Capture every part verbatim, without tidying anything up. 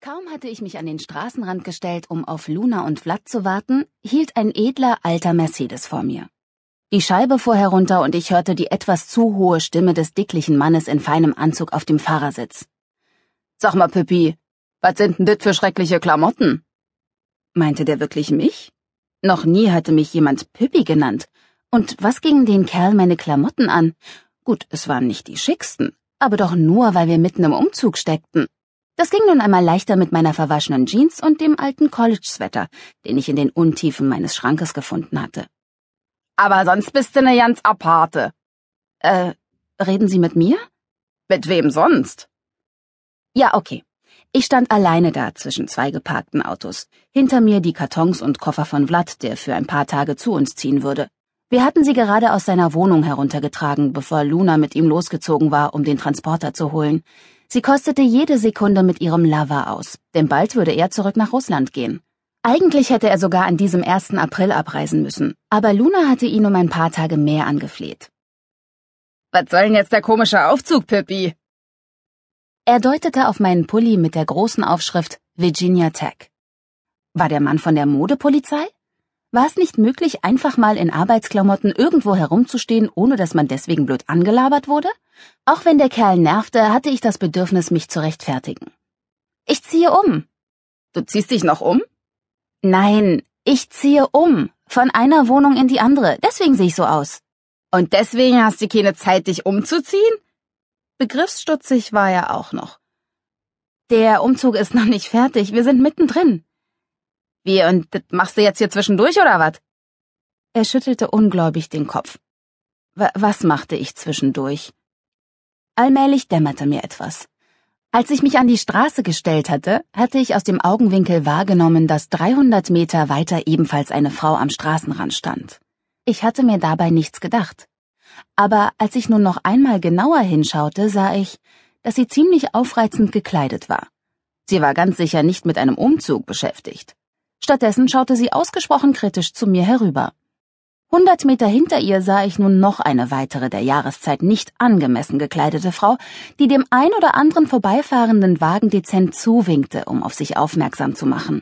Kaum hatte ich mich an den Straßenrand gestellt, um auf Luna und Vlad zu warten, hielt ein edler, alter Mercedes vor mir. Die Scheibe fuhr herunter und ich hörte die etwas zu hohe Stimme des dicklichen Mannes in feinem Anzug auf dem Fahrersitz. »Sag mal, Püppi, was sind denn das für schreckliche Klamotten?« Meinte der wirklich mich? Noch nie hatte mich jemand Püppi genannt. Und was gingen den Kerl meine Klamotten an? Gut, es waren nicht die schicksten, aber doch nur, weil wir mitten im Umzug steckten. Das ging nun einmal leichter mit meiner verwaschenen Jeans und dem alten College-Sweater, den ich in den Untiefen meines Schrankes gefunden hatte. »Aber sonst bist du ne ganz aparte.« Äh, reden Sie mit mir? »Mit wem sonst?« Ja, okay. Ich stand alleine da zwischen zwei geparkten Autos. Hinter mir die Kartons und Koffer von Vlad, der für ein paar Tage zu uns ziehen würde. Wir hatten sie gerade aus seiner Wohnung heruntergetragen, bevor Luna mit ihm losgezogen war, um den Transporter zu holen. Sie kostete jede Sekunde mit ihrem Lover aus, denn bald würde er zurück nach Russland gehen. Eigentlich hätte er sogar an diesem ersten April abreisen müssen, aber Luna hatte ihn um ein paar Tage mehr angefleht. »Was soll denn jetzt der komische Aufzug, Püppi?« Er deutete auf meinen Pulli mit der großen Aufschrift Virginia Tech. War der Mann von der Modepolizei? War es nicht möglich, einfach mal in Arbeitsklamotten irgendwo herumzustehen, ohne dass man deswegen blöd angelabert wurde? Auch wenn der Kerl nervte, hatte ich das Bedürfnis, mich zu rechtfertigen. »Ich ziehe um.« »Du ziehst dich noch um?« »Nein, ich ziehe um. Von einer Wohnung in die andere. Deswegen sehe ich so aus.« »Und deswegen hast du keine Zeit, dich umzuziehen?« Begriffsstutzig war er auch noch. »Der Umzug ist noch nicht fertig. Wir sind mittendrin.« »Wie, und das machst du jetzt hier zwischendurch, oder was?« Er schüttelte ungläubig den Kopf. W- was machte ich zwischendurch? Allmählich dämmerte mir etwas. Als ich mich an die Straße gestellt hatte, hatte ich aus dem Augenwinkel wahrgenommen, dass dreihundert Meter weiter ebenfalls eine Frau am Straßenrand stand. Ich hatte mir dabei nichts gedacht. Aber als ich nun noch einmal genauer hinschaute, sah ich, dass sie ziemlich aufreizend gekleidet war. Sie war ganz sicher nicht mit einem Umzug beschäftigt. Stattdessen schaute sie ausgesprochen kritisch zu mir herüber. Hundert Meter hinter ihr sah ich nun noch eine weitere der Jahreszeit nicht angemessen gekleidete Frau, die dem ein oder anderen vorbeifahrenden Wagen dezent zuwinkte, um auf sich aufmerksam zu machen.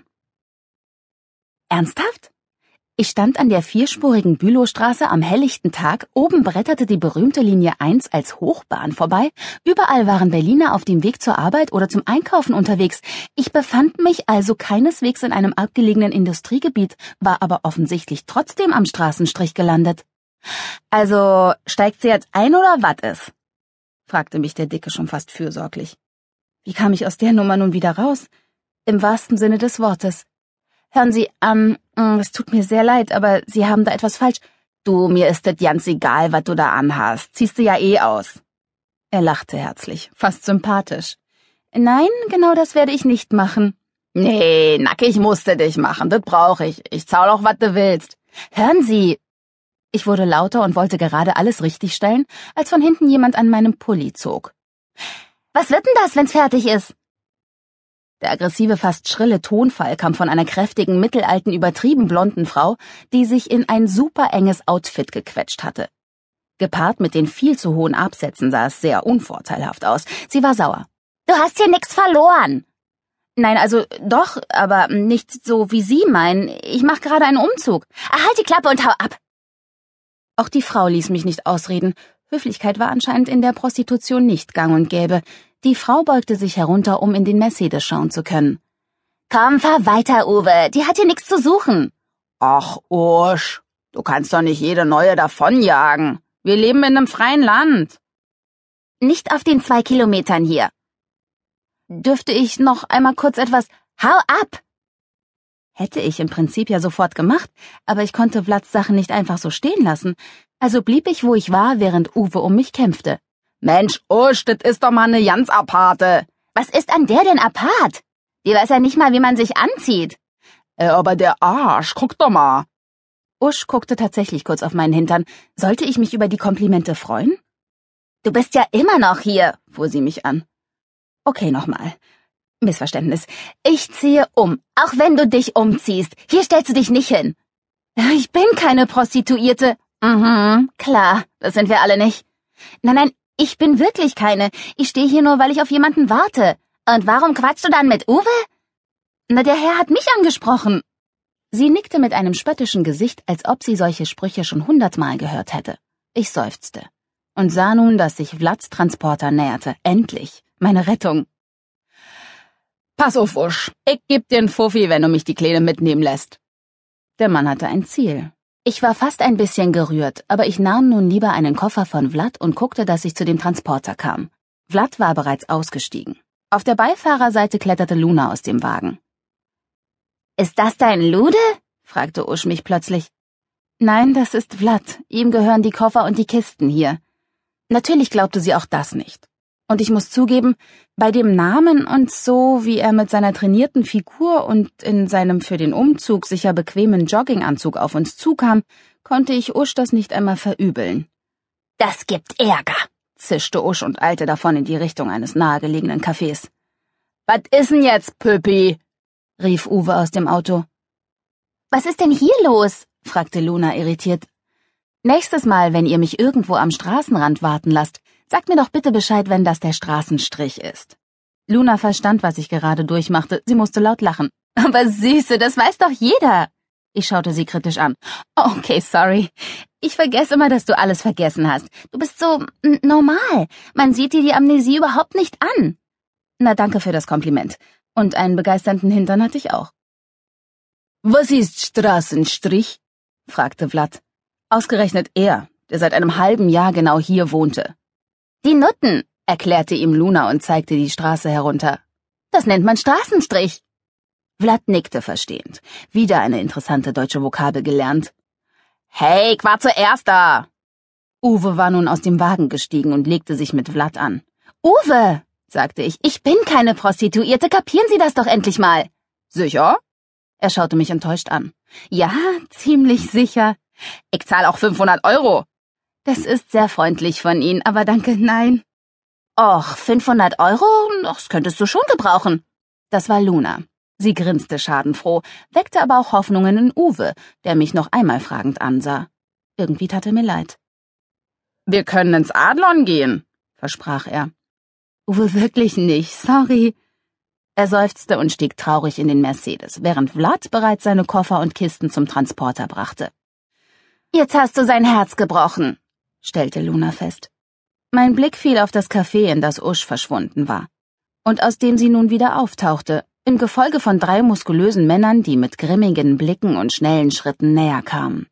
Ernsthaft? Ich stand an der vierspurigen Bülowstraße am helllichten Tag, oben bretterte die berühmte Linie eins als Hochbahn vorbei, überall waren Berliner auf dem Weg zur Arbeit oder zum Einkaufen unterwegs. Ich befand mich also keineswegs in einem abgelegenen Industriegebiet, war aber offensichtlich trotzdem am Straßenstrich gelandet. »Also, steigt sie jetzt ein oder was ist?« fragte mich der Dicke schon fast fürsorglich. Wie kam ich aus der Nummer nun wieder raus? Im wahrsten Sinne des Wortes. »Hören Sie, ähm, es tut mir sehr leid, aber Sie haben da etwas falsch. Du, mir ist das ganz egal, was du da anhast. Ziehst du ja eh aus.« Er lachte herzlich, fast sympathisch. »Nein, genau das werde ich nicht machen.« »Nee, nackig musst du dich machen, das brauche ich. Ich zahl auch, was du willst.« »Hören Sie!« Ich wurde lauter und wollte gerade alles richtigstellen, als von hinten jemand an meinem Pulli zog. »Was wird denn das, wenn's fertig ist?« Der aggressive, fast schrille Tonfall kam von einer kräftigen, mittelalten, übertrieben blonden Frau, die sich in ein super enges Outfit gequetscht hatte. Gepaart mit den viel zu hohen Absätzen sah es sehr unvorteilhaft aus. Sie war sauer. »Du hast hier nix verloren!« »Nein, also doch, aber nicht so, wie Sie meinen. Ich mache gerade einen Umzug. Ah, halt die Klappe und hau ab!« Auch die Frau ließ mich nicht ausreden. Höflichkeit war anscheinend in der Prostitution nicht gang und gäbe. Die Frau beugte sich herunter, um in den Mercedes schauen zu können. »Komm, fahr weiter, Uwe, die hat hier nichts zu suchen.« »Ach, Ursch, du kannst doch nicht jede Neue davonjagen. Wir leben in einem freien Land.« »Nicht auf den zwei Kilometern hier.« »Dürfte ich noch einmal kurz etwas... Hau ab!« Hätte ich im Prinzip ja sofort gemacht, aber ich konnte Vlads Sachen nicht einfach so stehen lassen. Also blieb ich, wo ich war, während Uwe um mich kämpfte. »Mensch, Usch, das ist doch mal ne ganz aparte.« »Was ist an der denn apart? Die weiß ja nicht mal, wie man sich anzieht.« Äh, aber der Arsch, guck doch mal.« Usch guckte tatsächlich kurz auf meinen Hintern. Sollte ich mich über die Komplimente freuen? »Du bist ja immer noch hier«, fuhr sie mich an. Okay, nochmal. Missverständnis. »Ich ziehe um, auch wenn du dich umziehst. Hier stellst du dich nicht hin.« »Ich bin keine Prostituierte.« »Mhm, klar, das sind wir alle nicht.« »Nein, nein, ich bin wirklich keine. Ich stehe hier nur, weil ich auf jemanden warte. Und warum quatschst du dann mit Uwe? Na, der Herr hat mich angesprochen. Sie nickte mit einem spöttischen Gesicht, als ob sie solche Sprüche schon hundertmal gehört hätte. Ich seufzte und sah nun, dass sich Vlads Transporter näherte. Endlich, meine Rettung. Pass auf, Usch. Ich geb dir 'n Fuffi, wenn du mich die Kleine mitnehmen lässt. Der Mann hatte ein Ziel. Ich war fast ein bisschen gerührt, aber ich nahm nun lieber einen Koffer von Vlad und guckte, dass ich zu dem Transporter kam. Vlad war bereits ausgestiegen. Auf der Beifahrerseite kletterte Luna aus dem Wagen. »Ist das dein Lude?« fragte Usch mich plötzlich. »Nein, das ist Vlad. Ihm gehören die Koffer und die Kisten hier.« Natürlich glaubte sie auch das nicht. Und ich muss zugeben, bei dem Namen und so, wie er mit seiner trainierten Figur und in seinem für den Umzug sicher bequemen Jogginganzug auf uns zukam, konnte ich Usch das nicht einmal verübeln. »Das gibt Ärger«, zischte Usch und eilte davon in die Richtung eines nahegelegenen Cafés. »Was ist denn jetzt, Püppi?« rief Uwe aus dem Auto. »Was ist denn hier los?« fragte Luna irritiert. »Nächstes Mal, wenn ihr mich irgendwo am Straßenrand warten lasst, sagt mir doch bitte Bescheid, wenn das der Straßenstrich ist.« Luna verstand, was ich gerade durchmachte. Sie musste laut lachen. »Aber Süße, das weiß doch jeder!« Ich schaute sie kritisch an. »Okay, sorry. Ich vergesse immer, dass du alles vergessen hast. Du bist so n- normal. Man sieht dir die Amnesie überhaupt nicht an.« »Na, danke für das Kompliment. Und einen begeisternden Hintern hatte ich auch.« »Was ist Straßenstrich?« fragte Vlad. Ausgerechnet er, der seit einem halben Jahr genau hier wohnte. »Die Nutten«, erklärte ihm Luna und zeigte die Straße herunter. »Das nennt man Straßenstrich.« Vlad nickte verstehend. Wieder eine interessante deutsche Vokabel gelernt. »Hey, ich war zuerst da!« Uwe war nun aus dem Wagen gestiegen und legte sich mit Vlad an. »Uwe«, sagte ich, »ich bin keine Prostituierte, kapieren Sie das doch endlich mal!« »Sicher?« Er schaute mich enttäuscht an. »Ja, ziemlich sicher. Ich zahle auch fünfhundert Euro. Das ist sehr freundlich von Ihnen, aber danke, nein.« »Och, fünfhundert Euro? Das könntest du schon gebrauchen.« Das war Luna. Sie grinste schadenfroh, weckte aber auch Hoffnungen in Uwe, der mich noch einmal fragend ansah. Irgendwie tat er mir leid. »Wir können ins Adlon gehen«, versprach er. »Uwe, wirklich nicht, sorry.« Er seufzte und stieg traurig in den Mercedes, während Vlad bereits seine Koffer und Kisten zum Transporter brachte. »Jetzt hast du sein Herz gebrochen«, stellte Luna fest. Mein Blick fiel auf das Café, in das Usch verschwunden war, und aus dem sie nun wieder auftauchte, im Gefolge von drei muskulösen Männern, die mit grimmigen Blicken und schnellen Schritten näher kamen.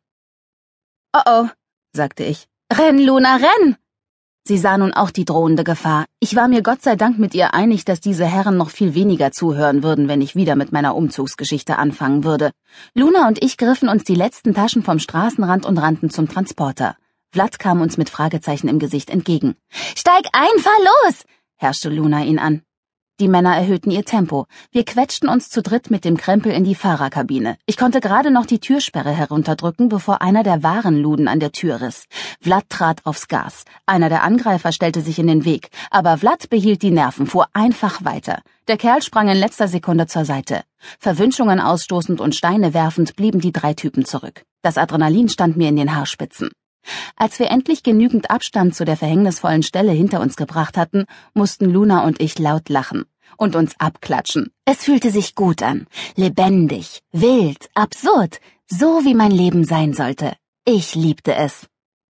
»Oh oh«, sagte ich, »renn, Luna, renn!« Sie sah nun auch die drohende Gefahr. Ich war mir Gott sei Dank mit ihr einig, dass diese Herren noch viel weniger zuhören würden, wenn ich wieder mit meiner Umzugsgeschichte anfangen würde. Luna und ich griffen uns die letzten Taschen vom Straßenrand und rannten zum Transporter. Vlad kam uns mit Fragezeichen im Gesicht entgegen. »Steig ein, fahr los!« herrschte Luna ihn an. Die Männer erhöhten ihr Tempo. Wir quetschten uns zu dritt mit dem Krempel in die Fahrerkabine. Ich konnte gerade noch die Türsperre herunterdrücken, bevor einer der wahren Luden an der Tür riss. Vlad trat aufs Gas. Einer der Angreifer stellte sich in den Weg. Aber Vlad behielt die Nerven, fuhr einfach weiter. Der Kerl sprang in letzter Sekunde zur Seite. Verwünschungen ausstoßend und Steine werfend blieben die drei Typen zurück. Das Adrenalin stand mir in den Haarspitzen. Als wir endlich genügend Abstand zu der verhängnisvollen Stelle hinter uns gebracht hatten, mussten Luna und ich laut lachen und uns abklatschen. Es fühlte sich gut an, lebendig, wild, absurd, so wie mein Leben sein sollte. Ich liebte es.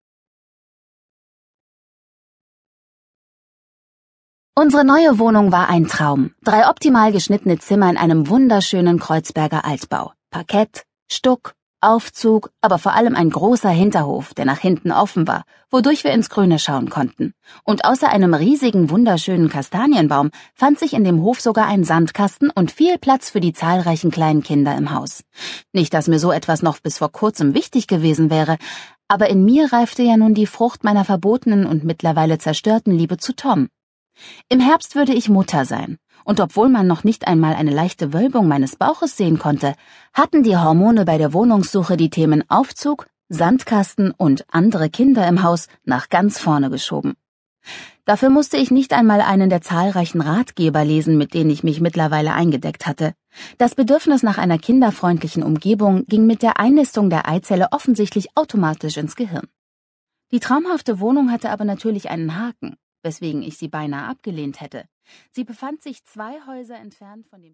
Unsere neue Wohnung war ein Traum. Drei optimal geschnittene Zimmer in einem wunderschönen Kreuzberger Altbau. Parkett, Stuck, Aufzug, aber vor allem ein großer Hinterhof, der nach hinten offen war, wodurch wir ins Grüne schauen konnten. Und außer einem riesigen, wunderschönen Kastanienbaum fand sich in dem Hof sogar ein Sandkasten und viel Platz für die zahlreichen kleinen Kinder im Haus. Nicht, dass mir so etwas noch bis vor kurzem wichtig gewesen wäre, aber in mir reifte ja nun die Frucht meiner verbotenen und mittlerweile zerstörten Liebe zu Tom. Im Herbst würde ich Mutter sein. Und obwohl man noch nicht einmal eine leichte Wölbung meines Bauches sehen konnte, hatten die Hormone bei der Wohnungssuche die Themen Aufzug, Sandkasten und andere Kinder im Haus nach ganz vorne geschoben. Dafür musste ich nicht einmal einen der zahlreichen Ratgeber lesen, mit denen ich mich mittlerweile eingedeckt hatte. Das Bedürfnis nach einer kinderfreundlichen Umgebung ging mit der Einnistung der Eizelle offensichtlich automatisch ins Gehirn. Die traumhafte Wohnung hatte aber natürlich einen Haken, weswegen ich sie beinahe abgelehnt hätte. Sie befand sich zwei Häuser entfernt von dem